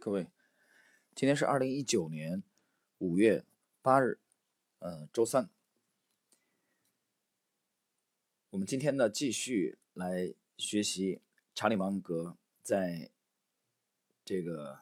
各位，今天是2019年5月8日，周三。我们今天呢继续来学习查理芒格在这个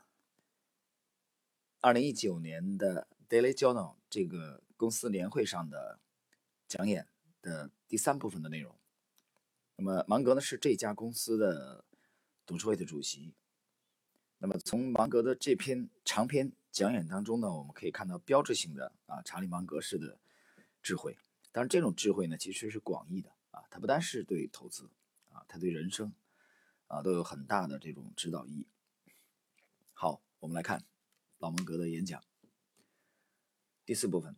2019年的 Daily Journal 这个公司年会上的讲演的第3部分的内容。那么芒格呢是这家公司的董事会的主席。那么从芒格的这篇长篇讲演当中呢，我们可以看到标志性的查理芒格式的智慧。当然，这种智慧呢其实是广义的它不单是对投资它对人生都有很大的这种指导意义。好，我们来看老芒格的演讲。第4部分，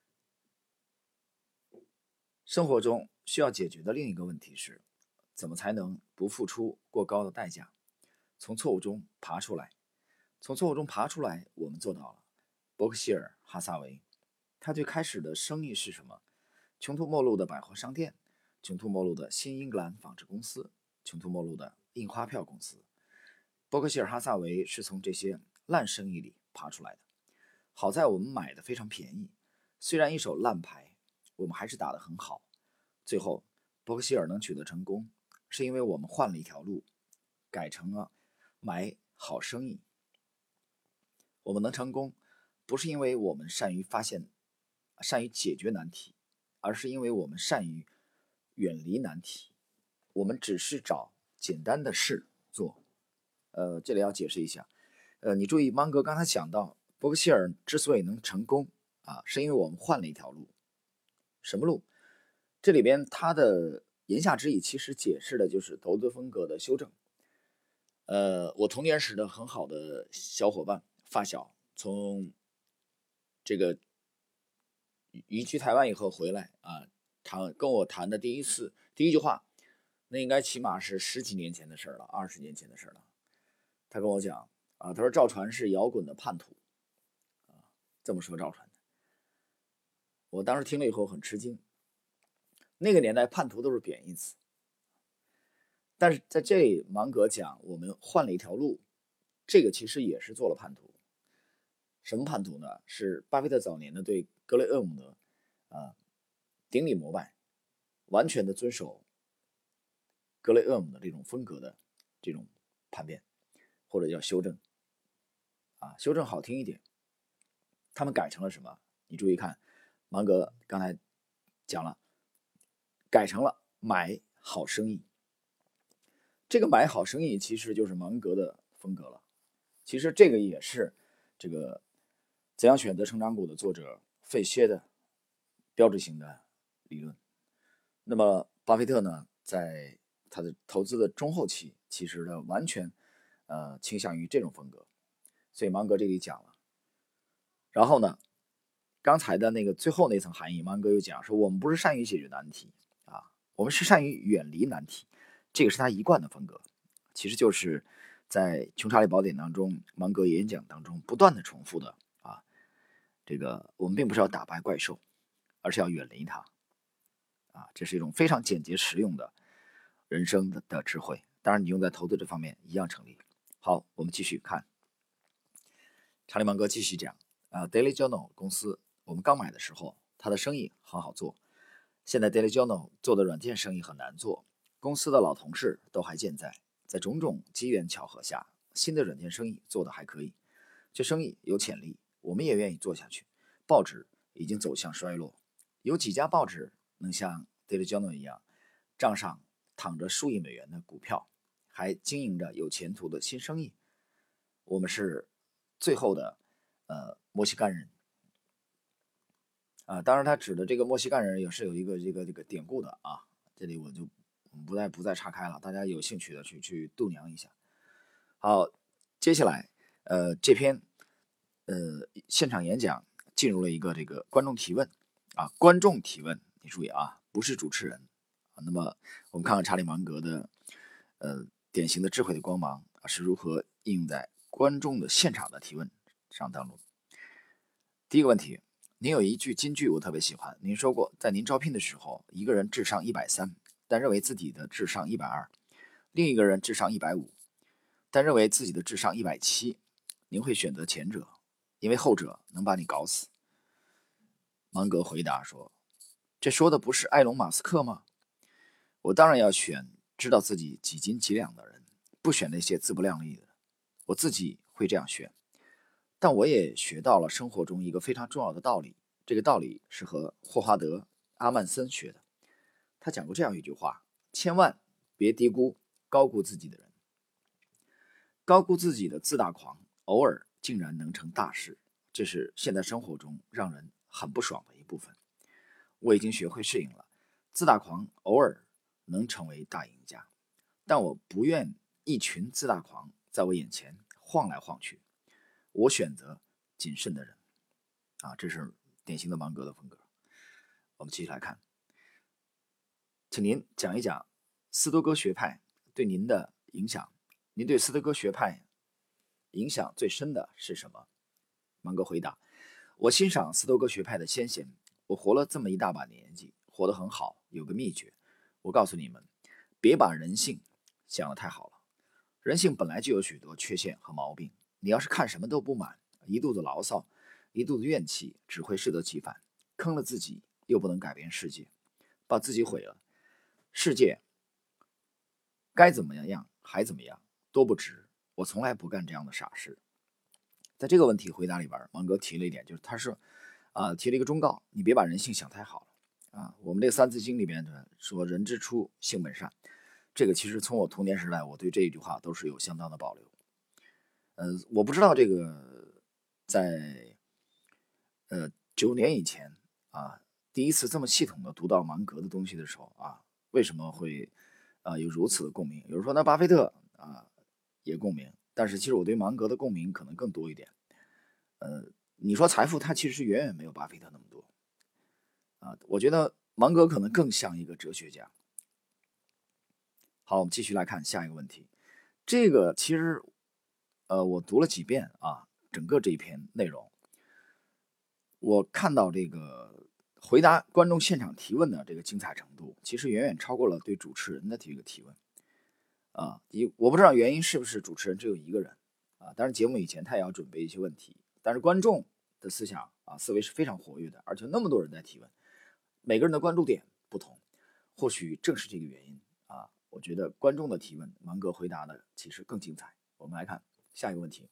生活中需要解决的另一个问题是，怎么才能不付出过高的代价？从错误中爬出来。从错误中爬出来，我们做到了。伯克希尔·哈撒韦，他最开始的生意是什么？穷途末路的百货商店，穷途末路的新英格兰纺织公司，穷途末路的印花票公司。伯克希尔·哈撒韦是从这些烂生意里爬出来的。好在我们买的非常便宜，虽然一手烂牌，我们还是打得很好。最后，伯克希尔能取得成功，是因为我们换了一条路，改成了买好生意。我们能成功，不是因为我们善于解决难题，而是因为我们善于远离难题。我们只是找简单的事做。这里要解释一下，你注意，芒格刚才讲到，伯克希尔之所以能成功是因为我们换了一条路。什么路？这里边他的言下之意其实解释的就是投资风格的修正。我童年时的很好的小伙伴发小，从这个移居台湾以后回来跟我谈的第一句话，那应该起码是10几年前的事了，20年前的事了。他跟我讲他说赵传是摇滚的叛徒这么说赵传的。我当时听了以后很吃惊，那个年代叛徒都是贬义词。但是在这里芒格讲我们换了一条路，这个其实也是做了叛徒。什么叛徒呢？是巴菲特早年的对格雷厄姆的顶礼膜拜，完全的遵守格雷厄姆的这种风格的这种叛变，或者叫修正修正好听一点，他们改成了什么？你注意看，芒格刚才讲了，改成了买好生意。这个买好生意其实就是芒格的风格了。其实这个也是这个怎样选择成长股的作者费歇的标志性的理论。那么巴菲特呢，在他的投资的中后期，其实呢完全倾向于这种风格。所以芒格这里讲了。然后呢，刚才的那个最后那层含义，芒格又讲说，我们不是善于解决难题我们是善于远离难题。这个是他一贯的风格，其实就是在《穷查理宝典》当中，芒格演讲当中不断的重复的这个我们并不是要打败怪兽，而是要远离它这是一种非常简洁实用的人生的智慧。当然，你用在投资这方面一样成立。好，我们继续看查理芒格继续讲Daily Journal 公司，我们刚买的时候，它的生意很好做。现在 Daily Journal 做的软件生意很难做。公司的老同事都还健在，在种种机缘巧合下，新的软件生意做得还可以。这生意有潜力，我们也愿意做下去。报纸已经走向衰落，有几家报纸能像 Daily Journal 一样，账上躺着数亿美元的股票，还经营着有前途的新生意。我们是最后的墨西哥人当然他指的这个墨西哥人也是有一个这个典故的这里我就不再岔开了，大家有兴趣的去度娘一下。好，接下来这篇现场演讲进入了一个这个观众提问观众提问，你注意不是主持人那么我们看看查理芒格的典型的智慧的光芒是如何应用在观众的现场的提问上当中。第一个问题，您有一句金句我特别喜欢，您说过，在您招聘的时候，一个人智商130，但认为自己的智商120，另一个人智商150，但认为自己的智商170， 您会选择前者，因为后者能把你搞死。芒格回答说：这说的不是埃隆·马斯克吗？我当然要选知道自己几斤几两的人，不选那些自不量力的。我自己会这样选，但我也学到了生活中一个非常重要的道理。这个道理是和霍华德·阿曼森学的。他讲过这样一句话：千万别低估高估自己的人。高估自己的自大狂，偶尔竟然能成大事，这是现代生活中让人很不爽的一部分。我已经学会适应了，自大狂偶尔能成为大赢家，但我不愿一群自大狂在我眼前晃来晃去。我选择谨慎的人。这是典型的芒格的风格。我们继续来看，请您讲一讲斯多哥学派对您的影响。您对斯多哥学派影响最深的是什么？芒格回答：我欣赏斯多哥学派的先贤，我活了这么一大把年纪，活得很好，有个秘诀。我告诉你们，别把人性想得太好了。人性本来就有许多缺陷和毛病，你要是看什么都不满，一肚子牢骚，一肚子怨气，只会适得其反，坑了自己又不能改变世界，把自己毁了。世界该怎么样还怎么样，多不值。我从来不干这样的傻事。在这个问题回答里边，芒格提了一点，就是他是提了一个忠告，你别把人性想太好了。我们这个三字经里边呢说人之初性本善，这个其实从我童年时代，我对这一句话都是有相当的保留。我不知道这个在9年以前第一次这么系统的读到芒格的东西的时候为什么会有如此的共鸣？有人说那巴菲特也共鸣，但是其实我对芒格的共鸣可能更多一点。你说财富，它其实远远没有巴菲特那么多我觉得芒格可能更像一个哲学家。好，我们继续来看下一个问题。这个其实我读了几遍整个这一篇内容，我看到这个回答观众现场提问的这个精彩程度，其实远远超过了对主持人的这个提问我不知道原因是不是主持人只有一个人当然节目以前他也要准备一些问题，但是观众的思想思维是非常活跃的，而且那么多人在提问，每个人的关注点不同，或许正是这个原因我觉得观众的提问，芒格回答的其实更精彩。我们来看下一个问题。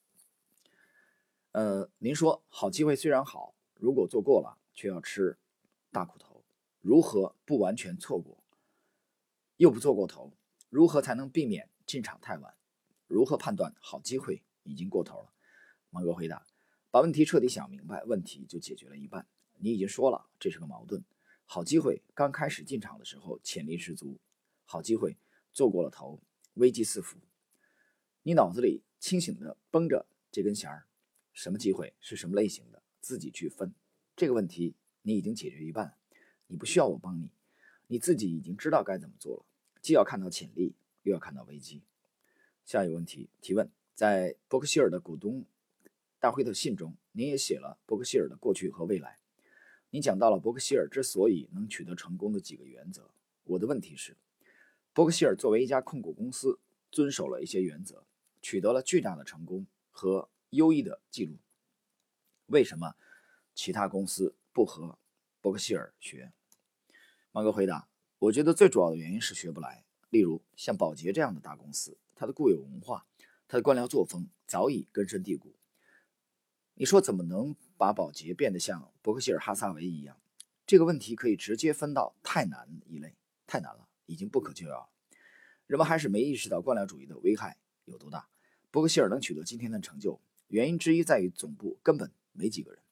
您说好机会虽然好，如果做过了，却要吃大苦头，如何不完全错过？又不做过头，如何才能避免进场太晚？如何判断好机会已经过头了？芒格回答：把问题彻底想明白，问题就解决了一半。你已经说了，这是个矛盾。好机会刚开始进场的时候潜力十足，好机会做过了头，危机四伏。你脑子里清醒的绷着这根弦儿，什么机会是什么类型的，自己去分。这个问题你已经解决一半，你不需要我帮你，你自己已经知道该怎么做了，既要看到潜力，又要看到危机。下一个问题提问，在伯克希尔的股东大会的信中，您也写了伯克希尔的过去和未来。您讲到了伯克希尔之所以能取得成功的几个原则。我的问题是，伯克希尔作为一家控股公司，遵守了一些原则，取得了巨大的成功和优异的记录。为什么其他公司不和伯克希尔学？芒格回答：我觉得最主要的原因是学不来。例如像宝洁这样的大公司，它的固有文化，它的官僚作风早已根深蒂固。你说怎么能把宝洁变得像伯克希尔哈撒韦一样？这个问题可以直接分到太难一类，太难了，已经不可救药了。人们还是没意识到官僚主义的危害有多大。伯克希尔能取得今天的成就，原因之一在于总部根本没几个人。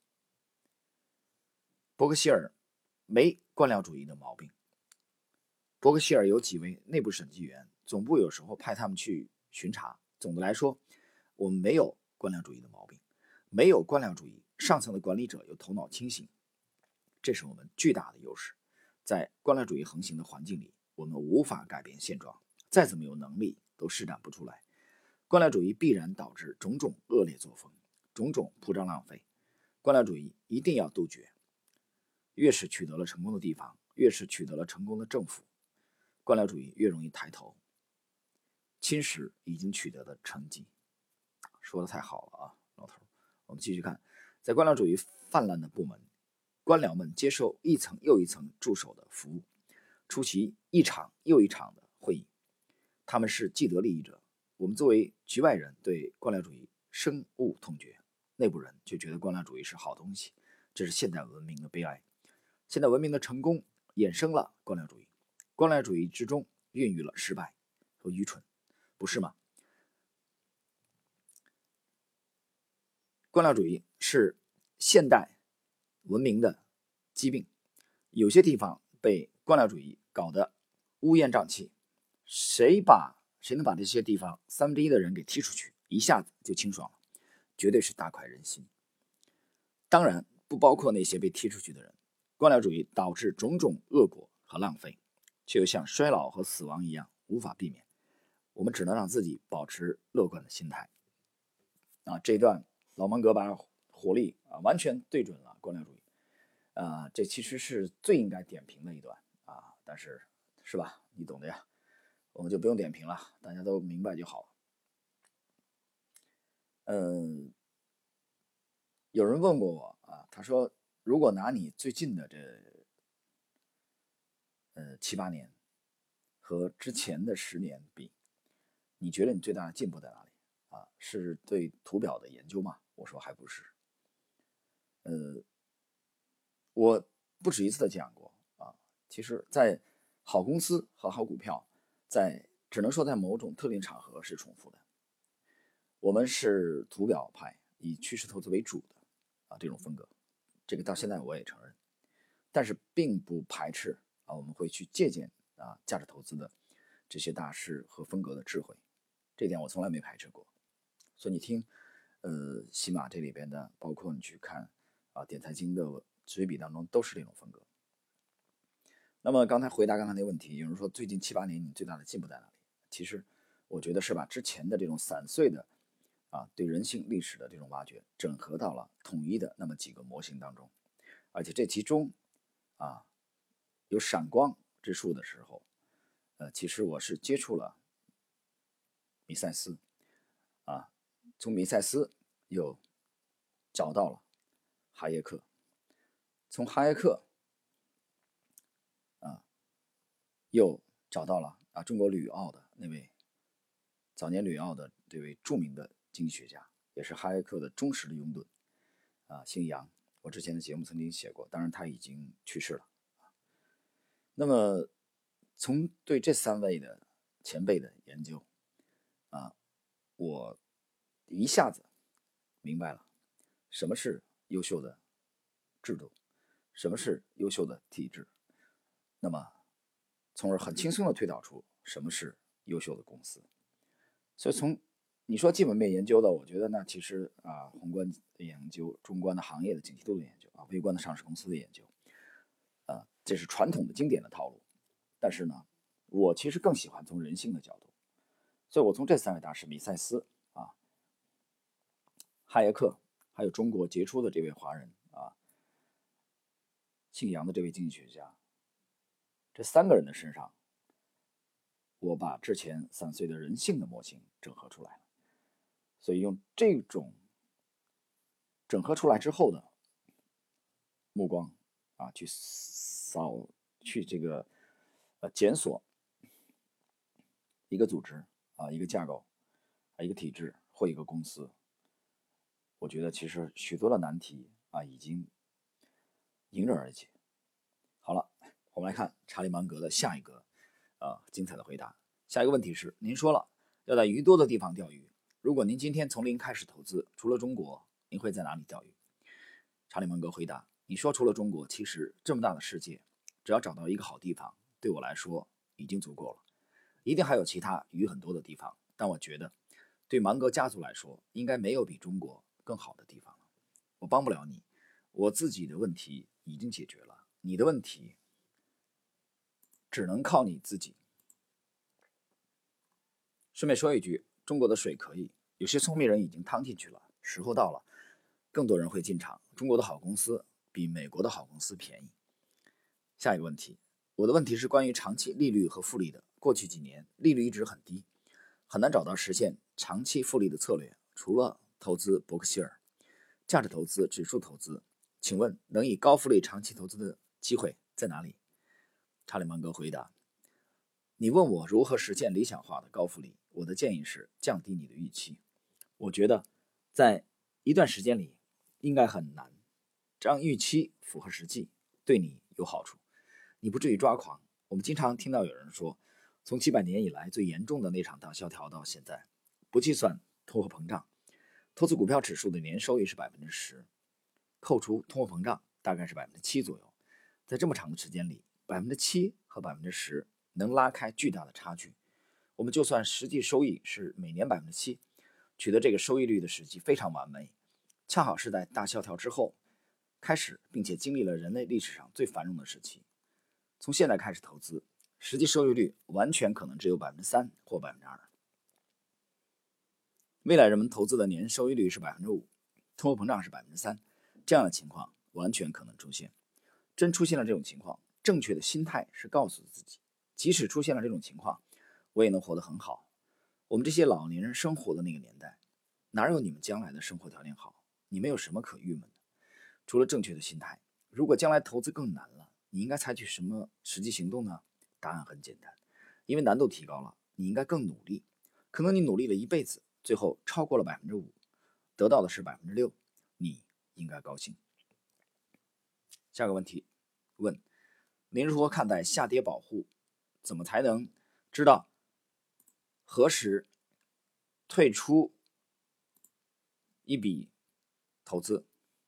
伯克希尔没官僚主义的毛病。伯克希尔有几位内部审计员，总部有时候派他们去巡查。总的来说，我们没有官僚主义的毛病。没有官僚主义，上层的管理者有头脑清醒，这是我们巨大的优势。在官僚主义横行的环境里，我们无法改变现状，再怎么有能力都施展不出来。官僚主义必然导致种种恶劣作风，种种铺张浪费。官僚主义一定要杜绝。越是取得了成功的地方，越是取得了成功的政府，官僚主义越容易抬头，侵蚀已经取得的成绩。 说的太好了啊，老头。我们继续看，在官僚主义泛滥的部门，官僚们接受一层又一层助手的服务，出席一场又一场的会议，他们是既得利益者。我们作为局外人对官僚主义深恶痛绝，内部人却觉得官僚主义是好东西，这是现代文明的悲哀。现代文明的成功衍生了官僚主义，官僚主义之中孕育了失败和愚蠢，不是吗？官僚主义是现代文明的疾病，有些地方被官僚主义搞得乌烟瘴气，谁能把这些地方1/3的人给踢出去，一下子就清爽了，绝对是大快人心。当然不包括那些被踢出去的人。官僚主义导致种种恶果和浪费，却又像衰老和死亡一样无法避免。我们只能让自己保持乐观的心态。这一段老芒格把火力完全对准了官僚主义。这其实是最应该点评的一段但是吧，你懂的呀，我们就不用点评了，大家都明白就好了。有人问过我他说如果拿你最近的这7、8年和之前的10年比，你觉得你最大的进步在哪里？是对图表的研究吗？我说还不是。我不止一次的讲过其实在好公司和好股票只能说在某种特定场合是重复的。我们是图表派，以趋势投资为主的这种风格，这个到现在我也承认，但是并不排斥我们会去借鉴价值投资的这些大师和风格的智慧，这点我从来没排斥过。所以你听喜马这里边的，包括你去看点财经的随笔当中都是这种风格。那么刚才回答刚才那个问题，有人说最近7、8年你最大的进步在哪里？其实我觉得是把之前的这种散碎的对人性历史的这种挖掘整合到了统一的那么几个模型当中，而且这其中有闪光之处的时候其实我是接触了米塞斯从米塞斯又找到了哈耶克，从哈耶克又找到了中国吕奥的那位早年吕奥的这位著名的经济学家，也是哈耶克的忠实的拥趸姓杨，我之前的节目曾经写过，当然他已经去世了。那么从对这3位的前辈的研究我一下子明白了什么是优秀的制度，什么是优秀的体制，那么从而很轻松地推导出什么是优秀的公司。所以从你说基本面研究的，我觉得那其实宏观的研究，中观的行业的景气度的研究微观的上市公司的研究这是传统的经典的套路。但是呢，我其实更喜欢从人性的角度，所以我从这3位大师米塞斯哈耶克，还有中国杰出的这位华人姓杨的这位经济学家，这3个人的身上，我把之前散碎的人性的模型整合出来了。所以用这种整合出来之后的目光去这个检索一个组织一个架构一个体制或一个公司，我觉得其实许多的难题已经迎刃而解。好了，我们来看查理芒格的下一个精彩的回答。下一个问题是，您说了要在鱼多的地方钓鱼，如果您今天从零开始投资，除了中国，您会在哪里钓鱼？查理芒格回答，你说除了中国，其实这么大的世界，只要找到一个好地方，对我来说已经足够了。一定还有其他鱼很多的地方，但我觉得对芒格家族来说，应该没有比中国更好的地方了。我帮不了你，我自己的问题已经解决了，你的问题只能靠你自己。顺便说一句，中国的水可以，有些聪明人已经趟进去了，时候到了，更多人会进场。中国的好公司比美国的好公司便宜。下一个问题，我的问题是关于长期利率和复利的。过去几年利率一直很低，很难找到实现长期复利的策略， 除了投资伯克希尔、价值投资、指数投资，请问能以高复利长期投资的机会在哪里？查理芒格回答：你问我如何实现理想化的高复利，我的建议是降低你的预期。我觉得在一段时间里应该很难，让预期符合实际，对你有好处，你不至于抓狂。我们经常听到有人说，从几百年以来最严重的那场大萧条到现在，不计算通货膨胀，投资股票指数的年收益是10%，扣除通货膨胀大概是7%左右。在这么长的时间里，7%和10%能拉开巨大的差距。我们就算实际收益是每年7%，取得这个收益率的时机非常完美，恰好是在大萧条之后开始，并且经历了人类历史上最繁荣的时期。从现在开始投资，实际收益率完全可能只有3%或2%。未来人们投资的年收益率是5%，通货膨胀是3%，这样的情况完全可能出现。真出现了这种情况，正确的心态是告诉自己，即使出现了这种情况，我也能活得很好。我们这些老年人生活的那个年代，哪有你们将来的生活条件好？你们有什么可郁闷的？除了正确的心态，如果将来投资更难了，你应该采取什么实际行动呢？答案很简单，因为难度提高了，你应该更努力。可能你努力了一辈子，最后超过了5%，得到的是6%，你应该高兴。下个问题问：您如何看待下跌保护？怎么才能知道何时退出一笔投资？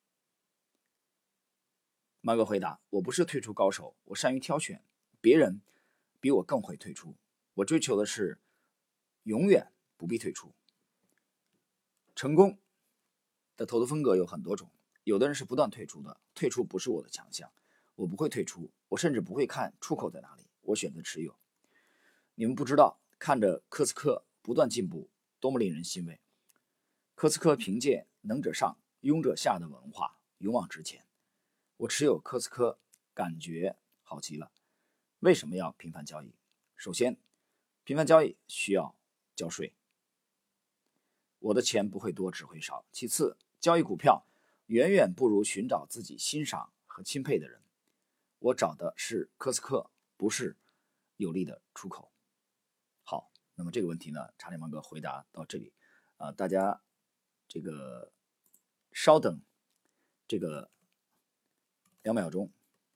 马哥回答：我不是退出高手，我善于挑选，别人比我更会退出。我追求的是永远不必退出。成功的投资风格有很多种，有的人是不断退出的，退出不是我的强项，我不会退出，我甚至不会看出口在哪里，我选择持有。你们不知道，看着科斯科不断进步，多么令人欣慰。科斯科凭借能者上、庸者下的文化勇往直前。我持有科斯科，感觉好极了。为什么要频繁交易？首先，频繁交易需要交税，我的钱不会多，只会少。其次，交易股票远远不如寻找自己欣赏和钦佩的人。我找的是科斯科，不是有利的出口。好，那么这个问题呢，查理芒格回答到这里大家这个稍等这个2秒钟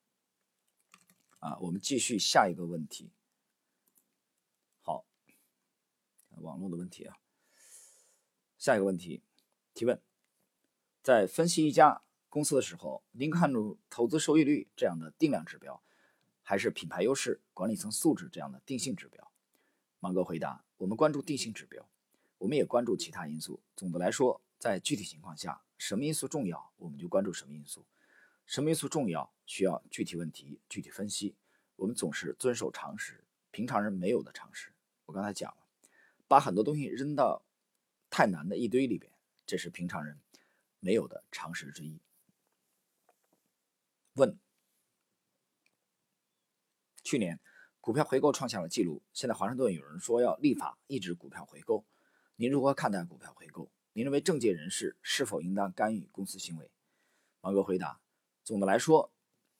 我们继续下一个问题。好，网络的问题啊。下一个问题提问：在分析一家公司的时候，您看重投资收益率这样的定量指标，还是品牌优势、管理层素质这样的定性指标？芒格回答：我们关注定性指标，我们也关注其他因素。总的来说，在具体情况下，什么因素重要，我们就关注什么因素。什么因素重要，需要具体问题具体分析。我们总是遵守常识，平常人没有的常识。我刚才讲了，把很多东西扔到太难的一堆里边，这是平常人没有的常识之一。问：去年股票回购创下了纪录，现在华盛顿有人说要立法抑制股票回购，您如何看待股票回购？您认为政界人士是否应当干预公司行为？芒格回答：总的来说，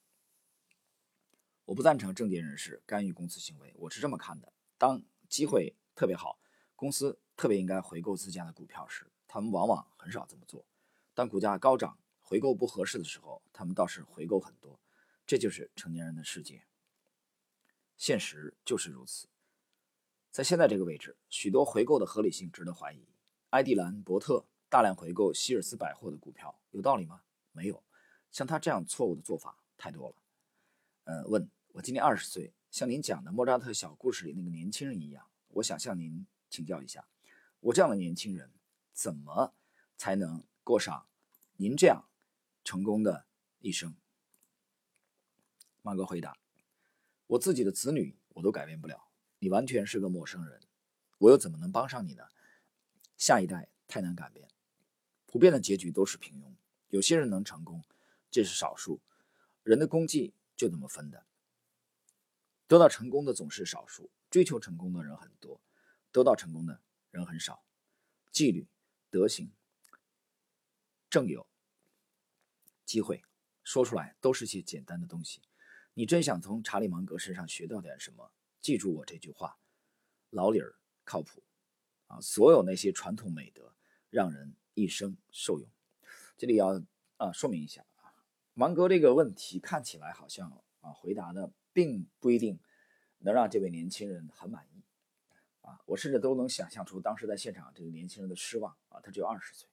我不赞成政界人士干预公司行为。我是这么看的：当机会特别好，公司特别应该回购自家的股票时，他们往往很少这么做；当股价高涨，回购不合适的时候，他们倒是回购很多。这就是成年人的世界，现实就是如此。在现在这个位置，许多回购的合理性值得怀疑。埃蒂兰·伯特大量回购希尔斯百货的股票，有道理吗？没有，像他这样错误的做法太多了。问：我今年20岁，像您讲的莫扎特小故事里那个年轻人一样，我想向您请教一下，我这样的年轻人怎么才能过上您这样成功的一生？马哥回答：我自己的子女我都改变不了，你完全是个陌生人，我又怎么能帮上你呢？下一代太难改变，普遍的结局都是平庸。有些人能成功，这是少数，人的功绩就这么分的。得到成功的总是少数，追求成功的人很多，得到成功的人很少。纪律德行、正有、机会，说出来都是些简单的东西。你真想从查理芒格身上学到点什么，记住我这句话：老理儿靠谱啊！所有那些传统美德，让人一生受用。这里要说明一下啊，芒格这个问题看起来好像回答的并不一定能让这位年轻人很满意啊。我甚至都能想象出当时在现场这个年轻人的失望啊，他只有20岁。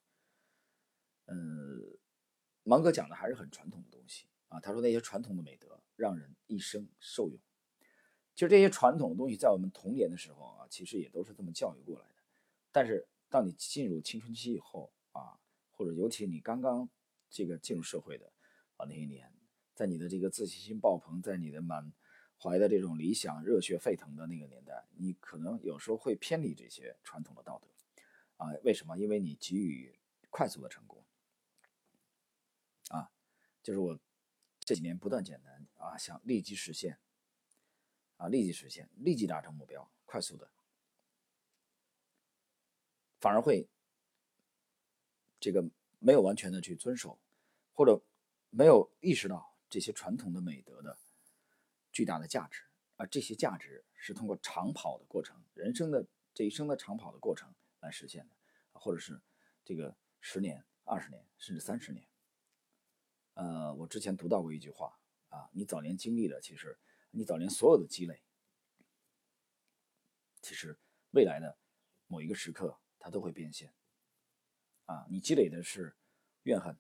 芒格讲的还是很传统的东西啊。他说那些传统的美德让人一生受用。其实这些传统的东西在我们童年的时候啊，其实也都是这么教育过来的。但是当你进入青春期以后啊，或者尤其你刚刚这个进入社会的那一年，在你的这个自信心爆棚，在你的满怀的这种理想、热血沸腾的那个年代，你可能有时候会偏离这些传统的道德啊。为什么？因为你急于快速的成功啊，就是我这几年不断简单啊，想立即实现啊，立即实现，立即达成目标，快速的，反而会这个没有完全的去遵守，或者没有意识到这些传统的美德的巨大的价值啊。这些价值是通过长跑的过程，人生的这一生的长跑的过程来实现的，或者是这个10年、20年甚至30年。我之前读到过一句话啊，你早年经历的，其实你早年所有的积累，其实未来的某一个时刻它都会变现啊。你积累的是怨恨，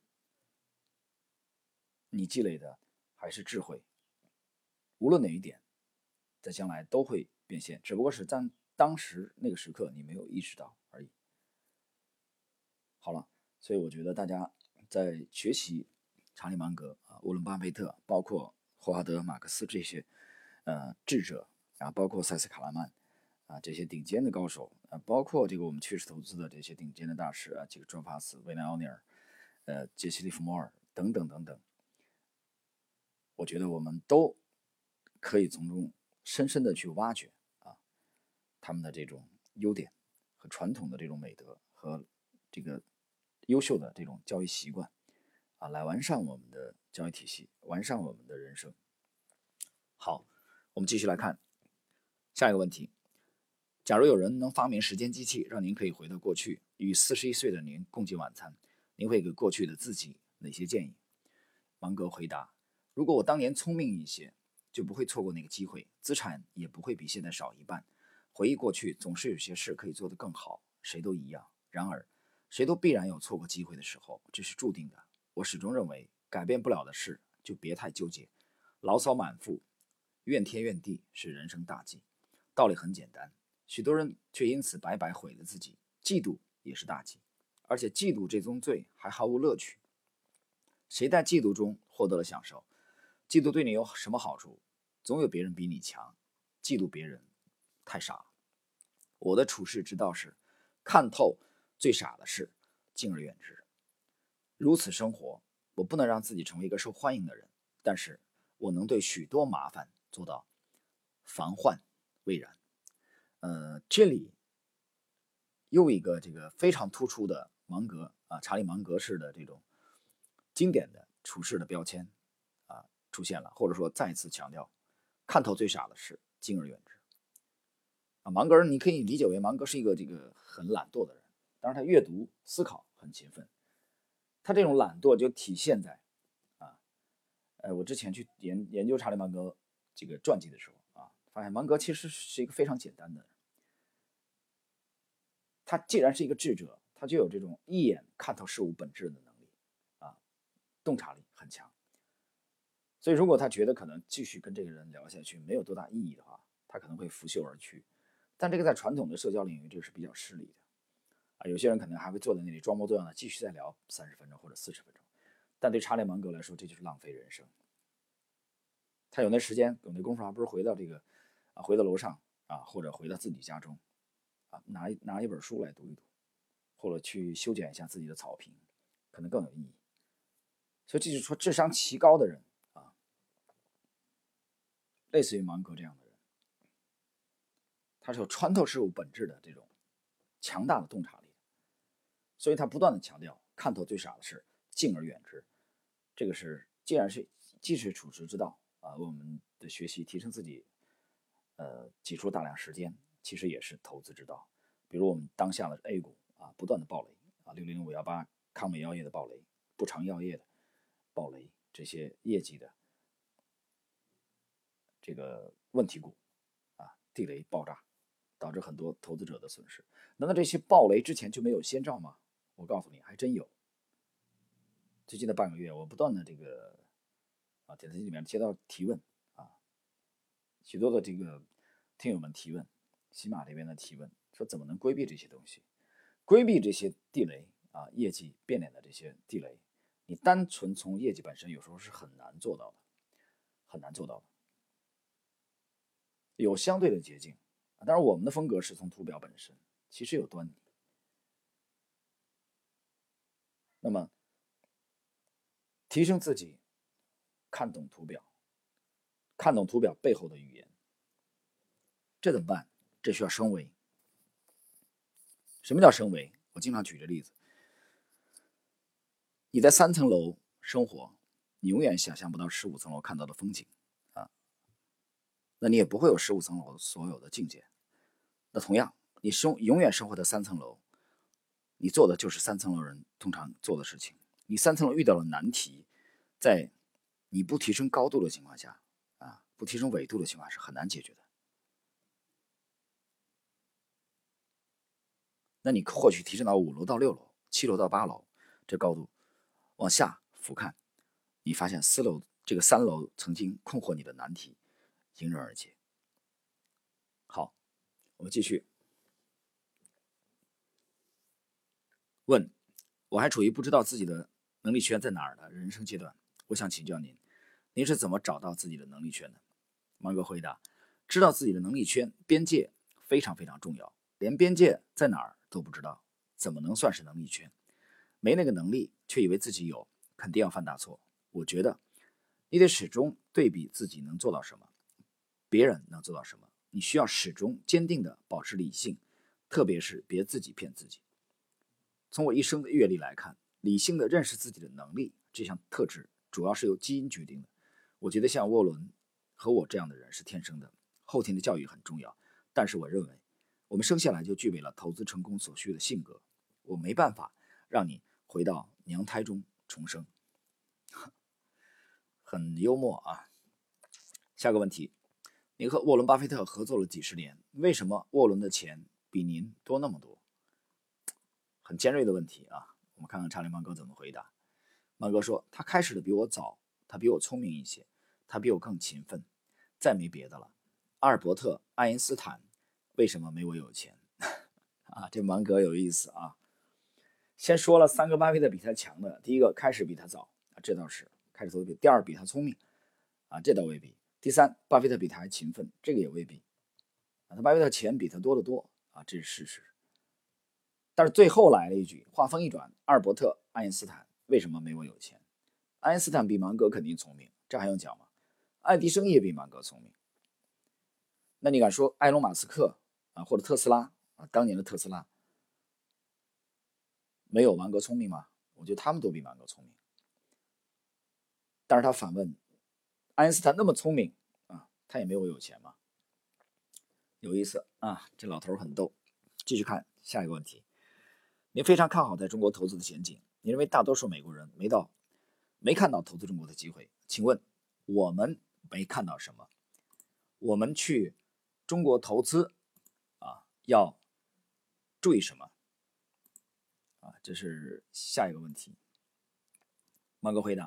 你积累的还是智慧，无论哪一点，在将来都会变现，只不过是在当时那个时刻你没有意识到而已。好了，所以我觉得大家在学习查理芒格啊、沃伦巴菲特，包括霍华德·马克思这些智者啊，包括塞斯·卡拉曼啊这些顶尖的高手啊，包括这个我们趋势投资的这些顶尖的大师啊，这个庄法斯、维南奥尼尔、杰西·利弗莫尔等等等等，我觉得我们都可以从中深深的去挖掘啊他们的这种优点和传统的这种美德和这个优秀的这种教育习惯啊，来完善我们的教育体系，完善我们的人生。好，我们继续来看下一个问题。假如有人能发明时间机器，让您可以回到过去，与41岁的您共进晚餐，您会给过去的自己哪些建议？芒格回答：如果我当年聪明一些，就不会错过那个机会，资产也不会比现在少一半。回忆过去，总是有些事可以做得更好，谁都一样。然而，谁都必然有错过机会的时候，这是注定的。我始终认为，改变不了的事就别太纠结，牢骚满腹，怨天怨地是人生大忌。道理很简单，许多人却因此白白毁了自己。嫉妒也是大忌，而且嫉妒这宗罪还毫无乐趣。谁在嫉妒中获得了享受？嫉妒对你有什么好处？总有别人比你强，嫉妒别人太傻了。我的处世之道是看透最傻的事，敬而远之。如此生活，我不能让自己成为一个受欢迎的人，但是我能对许多麻烦做到防患未然。这里又一个这个非常突出的芒格啊，查理芒格式的这种经典的处事的标签啊出现了，或者说再次强调，看透最傻的事，敬而远之。啊，芒格你可以理解为芒格是一个这个很懒惰的人，当然他阅读思考很勤奋，他这种懒惰就体现在啊，我之前去研究查理芒格这个传记的时候啊，发现芒格其实是一个非常简单的人。他既然是一个智者，他就有这种一眼看透事物本质的能力啊，洞察力很强。所以如果他觉得可能继续跟这个人聊下去没有多大意义的话，他可能会拂袖而去。但这个在传统的社交领域，这个是比较失礼的啊。有些人可能还会坐在那里装模作样的继续再聊30分钟或者40分钟，但对查理芒格来说，这就是浪费人生。他有那时间，有那功夫，还不如回到这个回到楼上啊，或者回到自己家中啊，拿一本书来读一读，或者去修剪一下自己的草坪，可能更有意义。所以这就是说，智商奇高的人啊，类似于芒格这样的人，他是有穿透事物本质的这种强大的洞察力。 所以他不断的强调，看透最傻的事，敬而远之。这个是既是处世之道啊，我们的学习提升自己，挤出大量时间，其实也是投资之道。比如我们当下的 A 股啊，不断的暴雷啊，600518康美药业的暴雷，不长药业的暴雷，这些业绩的这个问题股啊，地雷爆炸，导致很多投资者的损失。难道这些暴雷之前就没有先兆吗？我告诉你，还真有。最近的半个月，我不断的点赞机里面接到提问啊，许多的这个听友们提问，喜马这边的提问，说怎么能规避这些东西，规避这些地雷啊，业绩变脸的这些地雷，你单纯从业绩本身有时候是很难做到的，很难做到的。有相对的捷径，当然我们的风格是从图表本身，其实有端倪。那么提升自己，看懂图表，看懂图表背后的语言，这怎么办？这需要升维。什么叫升维？我经常举这例子，你在3层楼生活，你永远想象不到15层楼看到的风景啊，那你也不会有15层楼所有的境界。那同样，你永远生活在3层楼，你做的就是3层楼人通常做的事情。你3层楼遇到了难题，在你不提升高度的情况下啊，不提升纬度的情况下是很难解决的。那你或许提升到5楼到6楼、7楼到8楼，这高度往下俯瞰，你发现3楼曾经困惑你的难题迎刃而解。好，我们继续问，我还处于不知道自己的能力圈在哪儿的人生阶段，我想请教您，您是怎么找到自己的能力圈的？芒格回答，知道自己的能力圈边界非常非常重要，连边界在哪儿都不知道，怎么能算是能力圈？没那个能力却以为自己有，肯定要犯大错。我觉得你得始终对比自己能做到什么，别人能做到什么，你需要始终坚定地保持理性，特别是别自己骗自己。从我一生的阅历来看，理性地认识自己的能力这项特质主要是由基因决定的。我觉得像沃伦和我这样的人是天生的，后天的教育很重要。但是我认为，我们生下来就具备了投资成功所需的性格。我没办法让你回到娘胎中重生。很幽默啊。下个问题，您和沃伦·巴菲特合作了几十年，为什么沃伦的钱比您多那么多？很尖锐的问题啊，我们看看查理芒格怎么回答。芒格说，他开始的比我早，他比我聪明一些，他比我更勤奋。再没别的了，阿尔伯特·爱因斯坦为什么没我有钱？啊，这芒格有意思啊。先说了3个巴菲特比他强的，第一个开始比他早，这倒是开始投资比；第二比他聪明，啊，这倒未必；第三，巴菲特比他还勤奋，这个也未必。啊，他巴菲特钱比他多得多啊，这是事实。但是最后来了一句，话锋一转，阿尔伯特·爱因斯坦为什么没我有钱？爱因斯坦比芒格肯定聪明，这还用讲吗？爱迪生也比芒格聪明。那你敢说埃隆·马斯克啊，或者特斯拉啊，当年的特斯拉没有芒格聪明吗？我觉得他们都比芒格聪明。但是他反问，爱因斯坦那么聪明啊，他也没我有钱吗？有意思啊，这老头很逗。继续看下一个问题，您非常看好在中国投资的前景，你认为大多数美国人没看到投资中国的机会，请问我们没看到什么？我们去中国投资啊，要注意什么？啊，这是下一个问题。芒格回答，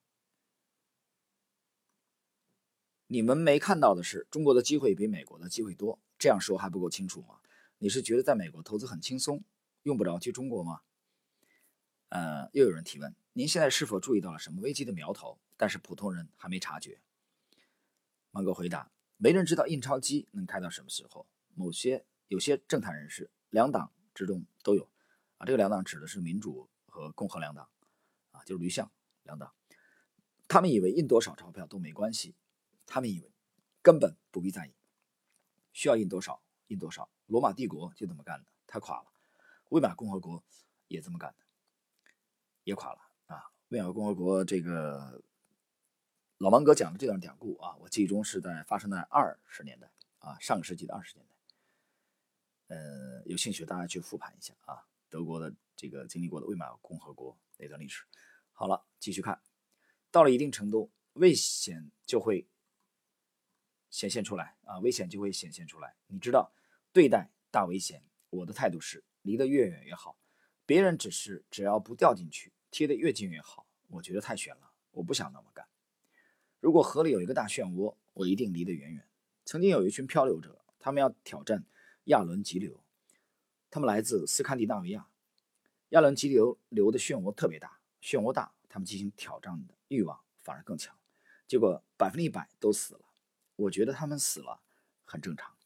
你们没看到的是中国的机会比美国的机会多，这样说还不够清楚吗？你是觉得在美国投资很轻松，用不着去中国吗？又有人提问，您现在是否注意到了什么危机的苗头，但是普通人还没察觉？芒格回答，没人知道印钞机能开到什么时候，有些政坛人士两党之中都有啊，这个两党指的是民主和共和两党啊，就是驴象两党，他们以为印多少钞票都没关系，他们以为根本不必在意，需要印多少印多少，罗马帝国就这么干的，它垮了，魏玛共和国也这么干的，也垮了啊。魏玛共和国这个老芒格讲的这段典故啊，我记忆中是发生在20年代啊，上个世纪的20年代。有兴趣大家去复盘一下啊，德国的这个经历过的魏玛共和国那段历史。好了，继续看，到了一定程度，危险就会显现出来啊，危险就会显现出来。你知道，对待大危险，我的态度是离得越远越好。别人只要不掉进去，贴得越近越好。我觉得太悬了，我不想那么干。如果河里有一个大漩涡，我一定离得远远。曾经有一群漂流者，他们要挑战亚伦急流，他们来自斯堪的纳维亚。亚伦急流的漩涡特别大，漩涡大，他们进行挑战的欲望反而更强。结果100%都死了。我觉得他们死了很正常。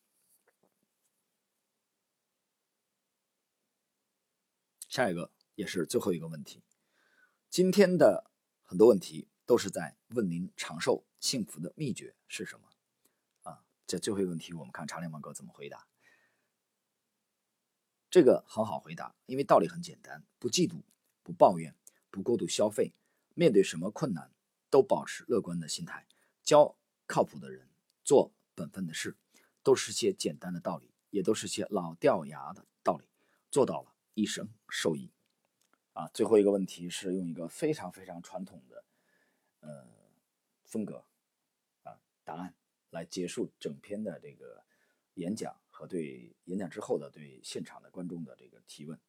下一个也是最后一个问题，今天的很多问题都是在问您长寿幸福的秘诀是什么啊？这最后一个问题，我们看查理芒格怎么回答。这个很好回答，因为道理很简单：不嫉妒，不抱怨，不过度消费，面对什么困难都保持乐观的心态，交靠谱的人，做本分的事，都是些简单的道理，也都是些老掉牙的道理，做到了一生受益。啊，最后一个问题是用一个非常非常传统的风格答案来结束整篇的这个演讲和对演讲之后的对现场的观众的这个提问。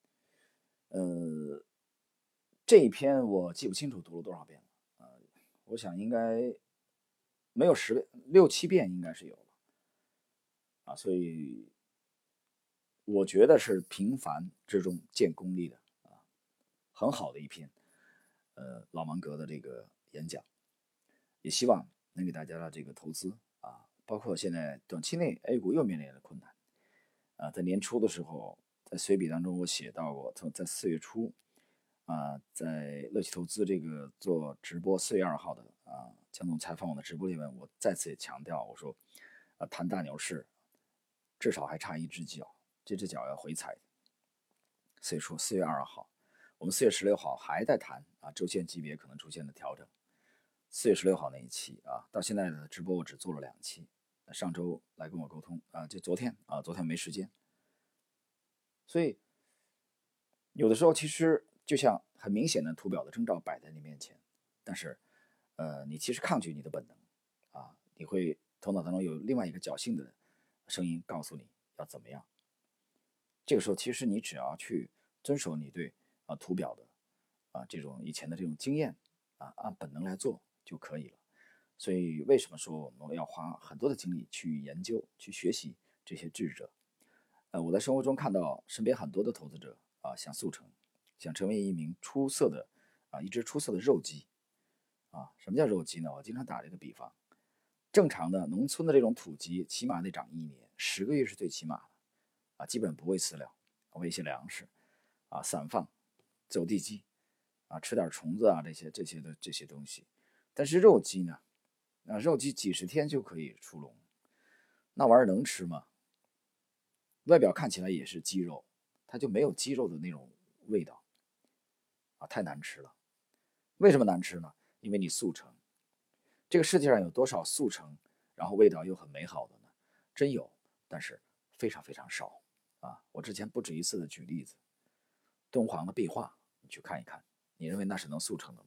这一篇我记不清楚读了多少遍了，我想应该没有10遍，6、7遍应该是有了啊，所以我觉得是平凡之中见功力的啊，很好的一篇老芒格的这个演讲，也希望能给大家的这个投资啊，包括现在短期内 A 股又面临的困难啊，在年初的时候，在随笔当中我写到过，在4月初啊，在乐奇投资这个做直播4月2号的江总采访我的直播里面，我再次也强调，我说谈大牛市至少还差一只脚，这只脚要回踩。所以说4月2号，我们4月16号还在谈周线级别可能出现的调整。4月16号那一期到现在的直播我只做了2期，上周来跟我沟通就昨天没时间。所以有的时候其实就像很明显的图表的征兆摆在你面前，但是你其实抗拒你的本能你会头脑当中有另外一个侥幸的声音告诉你要怎么样。这个时候其实你只要去遵守你对图表的这种以前的这种经验按本能来做就可以了。所以为什么说我们要花很多的精力去研究去学习这些智者？我在生活中看到身边很多的投资者想速成，想成为一名出色的一只出色的肉鸡什么叫肉鸡呢？我经常打这个比方，正常的农村的这种土鸡起码得长1年，10个月是最起码的基本不喂饲料，喂一些粮食散放走地鸡吃点虫子这些东西。但是肉鸡呢肉鸡几十天就可以出笼，那玩意儿能吃吗？外表看起来也是鸡肉，它就没有鸡肉的那种味道太难吃了。为什么难吃呢？因为你速成。这个世界上有多少速成然后味道又很美好的呢？真有，但是非常非常少我之前不止一次的举例子，敦煌的壁画你去看一看，你认为那是能速成的吗？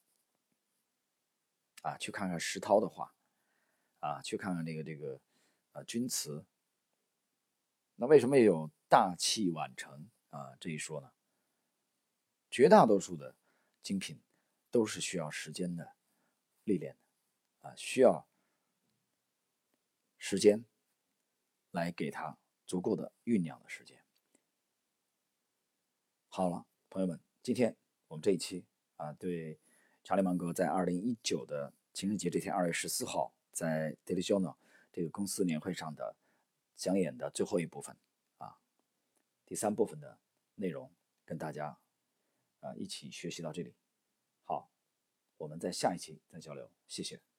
去看看石涛的画去看看这个钧瓷。那为什么有大器晚成这一说呢？绝大多数的精品都是需要时间的历练的需要时间来给它足够的酝酿的时间。好了，朋友们，今天我们这一期对查理芒格在2019的情人节这天2月14号在 Daily Journal 这个公司年会上的讲演的最后一部分第3部分的内容跟大家一起学习到这里。好，我们在下一期再交流，谢谢。